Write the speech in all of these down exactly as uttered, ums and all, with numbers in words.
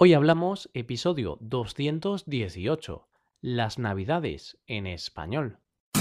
Hoy hablamos episodio doscientos dieciocho, las Navidades en español.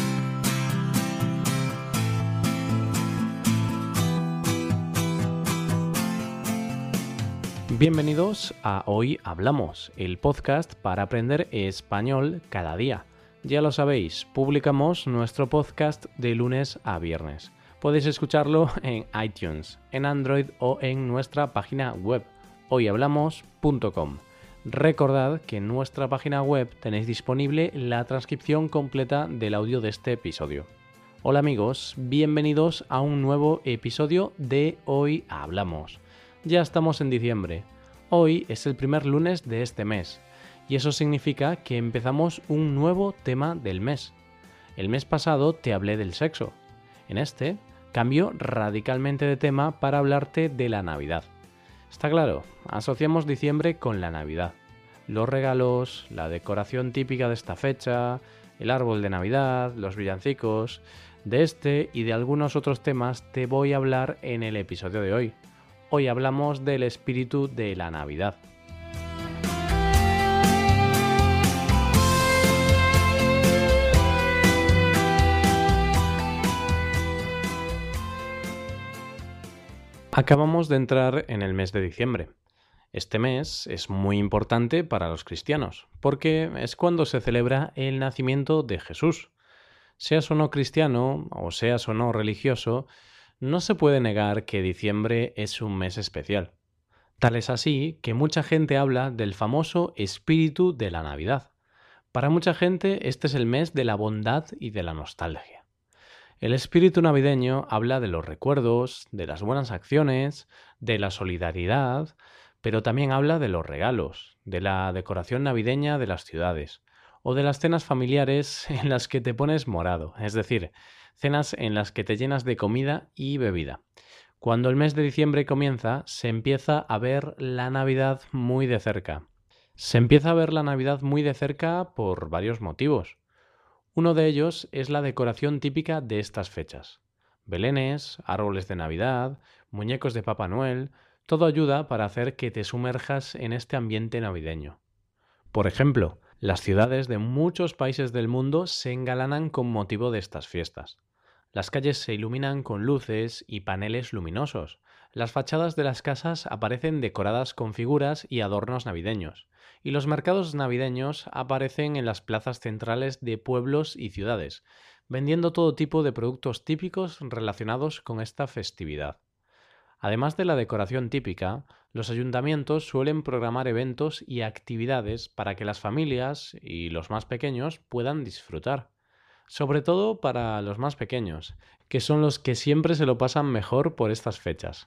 Bienvenidos a Hoy Hablamos, el podcast para aprender español cada día. Ya lo sabéis, publicamos nuestro podcast de lunes a viernes. Podéis escucharlo en iTunes, en Android o en nuestra página web hoy hablamos punto com. Recordad que en nuestra página web tenéis disponible la transcripción completa del audio de este episodio. Hola amigos, bienvenidos a un nuevo episodio de Hoy Hablamos. Ya estamos en diciembre. Hoy es el primer lunes de este mes y eso significa que empezamos un nuevo tema del mes. El mes pasado te hablé del sexo. En este cambio radicalmente de tema para hablarte de la Navidad. Está claro, asociamos diciembre con la Navidad. Los regalos, la decoración típica de esta fecha, el árbol de Navidad, los villancicos. De este y de algunos otros temas te voy a hablar en el episodio de hoy. Hoy hablamos del espíritu de la Navidad. Acabamos de entrar en el mes de diciembre. Este mes es muy importante para los cristianos, porque es cuando se celebra el nacimiento de Jesús. Seas o no cristiano, o seas o no religioso, no se puede negar que diciembre es un mes especial. Tal es así que mucha gente habla del famoso espíritu de la Navidad. Para mucha gente este es el mes de la bondad y de la nostalgia. El espíritu navideño habla de los recuerdos, de las buenas acciones, de la solidaridad, pero también habla de los regalos, de la decoración navideña de las ciudades, o de las cenas familiares en las que te pones morado, es decir, cenas en las que te llenas de comida y bebida. Cuando el mes de diciembre comienza, se empieza a ver la Navidad muy de cerca. Se empieza a ver la Navidad muy de cerca por varios motivos. Uno de ellos es la decoración típica de estas fechas. Belenes, árboles de Navidad, muñecos de Papá Noel, todo ayuda para hacer que te sumerjas en este ambiente navideño. Por ejemplo, las ciudades de muchos países del mundo se engalanan con motivo de estas fiestas. Las calles se iluminan con luces y paneles luminosos. Las fachadas de las casas aparecen decoradas con figuras y adornos navideños. Y los mercados navideños aparecen en las plazas centrales de pueblos y ciudades, vendiendo todo tipo de productos típicos relacionados con esta festividad. Además de la decoración típica, los ayuntamientos suelen programar eventos y actividades para que las familias y los más pequeños puedan disfrutar. Sobre todo para los más pequeños, que son los que siempre se lo pasan mejor por estas fechas.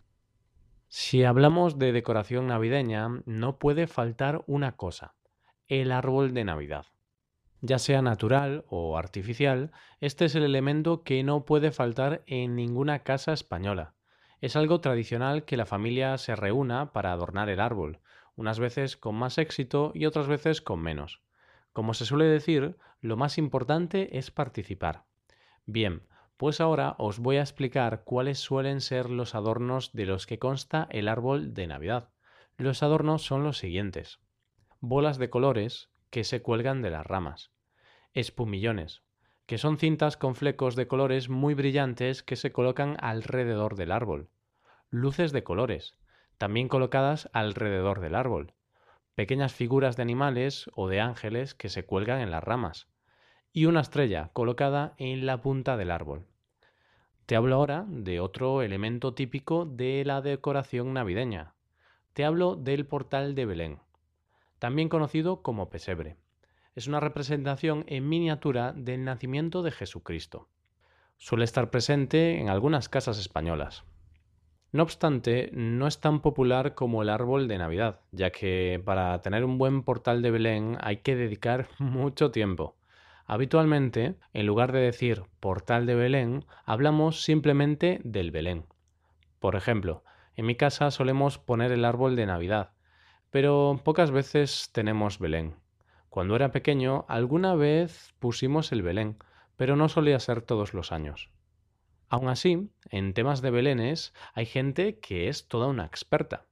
Si hablamos de decoración navideña, no puede faltar una cosa: el árbol de Navidad. Ya sea natural o artificial, este es el elemento que no puede faltar en ninguna casa española. Es algo tradicional que la familia se reúna para adornar el árbol, unas veces con más éxito y otras veces con menos. Como se suele decir, lo más importante es participar. Bien, pues ahora os voy a explicar cuáles suelen ser los adornos de los que consta el árbol de Navidad. Los adornos son los siguientes: bolas de colores que se cuelgan de las ramas, espumillones, que son cintas con flecos de colores muy brillantes que se colocan alrededor del árbol, luces de colores, también colocadas alrededor del árbol, pequeñas figuras de animales o de ángeles que se cuelgan en las ramas, y una estrella colocada en la punta del árbol. Te hablo ahora de otro elemento típico de la decoración navideña. Te hablo del portal de Belén, también conocido como pesebre. Es una representación en miniatura del nacimiento de Jesucristo. Suele estar presente en algunas casas españolas. No obstante, no es tan popular como el árbol de Navidad, ya que para tener un buen portal de Belén hay que dedicar mucho tiempo. Habitualmente, en lugar de decir portal de Belén, hablamos simplemente del Belén. Por ejemplo, en mi casa solemos poner el árbol de Navidad, pero pocas veces tenemos Belén. Cuando era pequeño, alguna vez pusimos el Belén, pero no solía ser todos los años. Aún así, en temas de belenes hay gente que es toda una experta.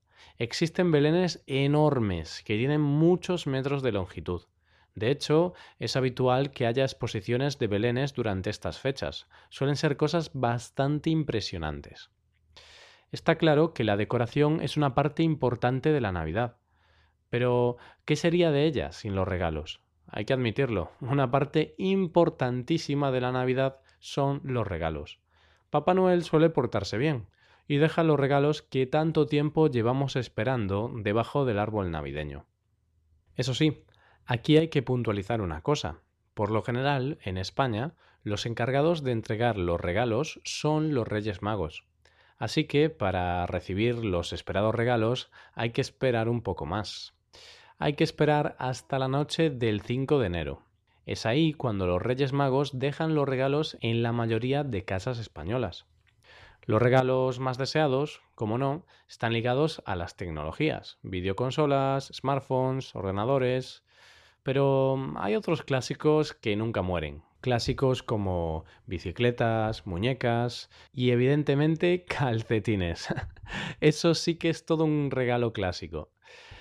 Existen belenes enormes que tienen muchos metros de longitud. De hecho, es habitual que haya exposiciones de belenes durante estas fechas. Suelen ser cosas bastante impresionantes. Está claro que la decoración es una parte importante de la Navidad. Pero, ¿qué sería de ella sin los regalos? Hay que admitirlo, una parte importantísima de la Navidad son los regalos. Papá Noel suele portarse bien y deja los regalos que tanto tiempo llevamos esperando debajo del árbol navideño. Eso sí, aquí hay que puntualizar una cosa. Por lo general, en España, los encargados de entregar los regalos son los Reyes Magos. Así que, para recibir los esperados regalos, hay que esperar un poco más. Hay que esperar hasta la noche del cinco de enero. Es ahí cuando los Reyes Magos dejan los regalos en la mayoría de casas españolas. Los regalos más deseados, como no, están ligados a las tecnologías, videoconsolas, smartphones, ordenadores, pero hay otros clásicos que nunca mueren. Clásicos como bicicletas, muñecas y evidentemente calcetines. Eso sí que es todo un regalo clásico.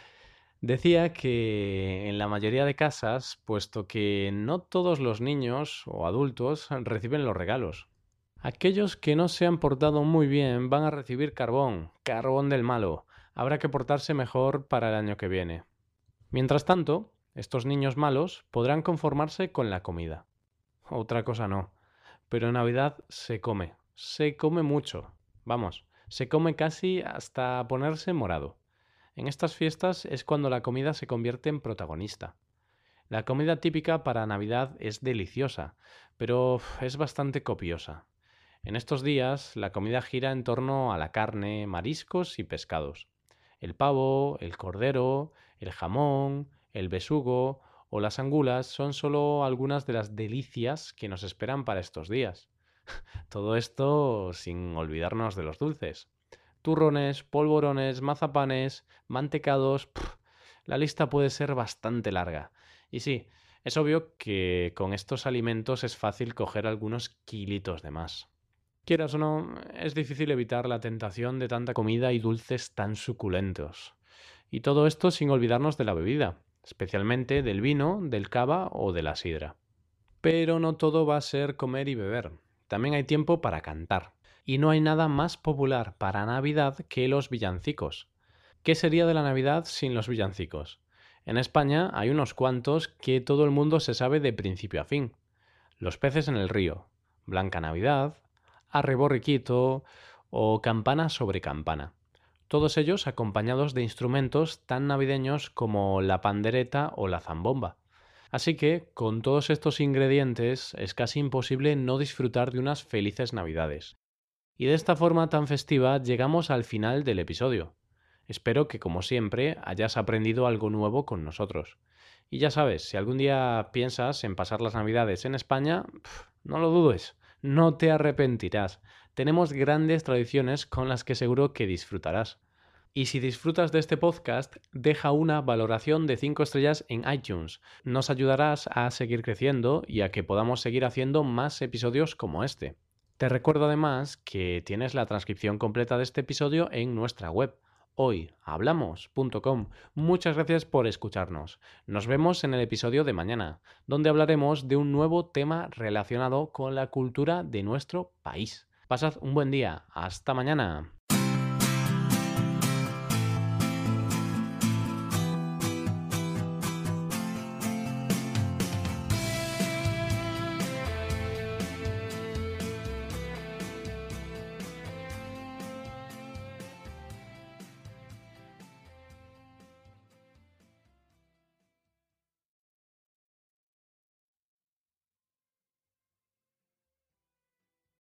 Decía que en la mayoría de casas, puesto que no todos los niños o adultos reciben los regalos. Aquellos que no se han portado muy bien van a recibir carbón, carbón del malo. Habrá que portarse mejor para el año que viene. Mientras tanto, estos niños malos podrán conformarse con la comida. Otra cosa no. Pero en Navidad se come. Se come mucho. Vamos, se come casi hasta ponerse morado. En estas fiestas es cuando la comida se convierte en protagonista. La comida típica para Navidad es deliciosa, pero es bastante copiosa. En estos días la comida gira en torno a la carne, mariscos y pescados. El pavo, el cordero, el jamón, el besugo o las angulas son solo algunas de las delicias que nos esperan para estos días. Todo esto sin olvidarnos de los dulces. Turrones, polvorones, mazapanes, mantecados... Pff, la lista puede ser bastante larga. Y sí, es obvio que con estos alimentos es fácil coger algunos kilitos de más. Quieras o no, es difícil evitar la tentación de tanta comida y dulces tan suculentos. Y todo esto sin olvidarnos de la bebida, especialmente del vino, del cava o de la sidra. Pero no todo va a ser comer y beber. También hay tiempo para cantar. Y no hay nada más popular para Navidad que los villancicos. ¿Qué sería de la Navidad sin los villancicos? En España hay unos cuantos que todo el mundo se sabe de principio a fin. Los peces en el río, Blanca Navidad, Arre borriquito o Campana sobre campana. Todos ellos acompañados de instrumentos tan navideños como la pandereta o la zambomba. Así que, con todos estos ingredientes, es casi imposible no disfrutar de unas felices Navidades. Y de esta forma tan festiva llegamos al final del episodio. Espero que, como siempre, hayas aprendido algo nuevo con nosotros. Y ya sabes, si algún día piensas en pasar las Navidades en España, pff, no lo dudes, no te arrepentirás. Tenemos grandes tradiciones con las que seguro que disfrutarás. Y si disfrutas de este podcast, deja una valoración de cinco estrellas en iTunes. Nos ayudarás a seguir creciendo y a que podamos seguir haciendo más episodios como este. Te recuerdo además que tienes la transcripción completa de este episodio en nuestra web, hoy hablamos punto com. Muchas gracias por escucharnos. Nos vemos en el episodio de mañana, donde hablaremos de un nuevo tema relacionado con la cultura de nuestro país. Pasad un buen día. Hasta mañana.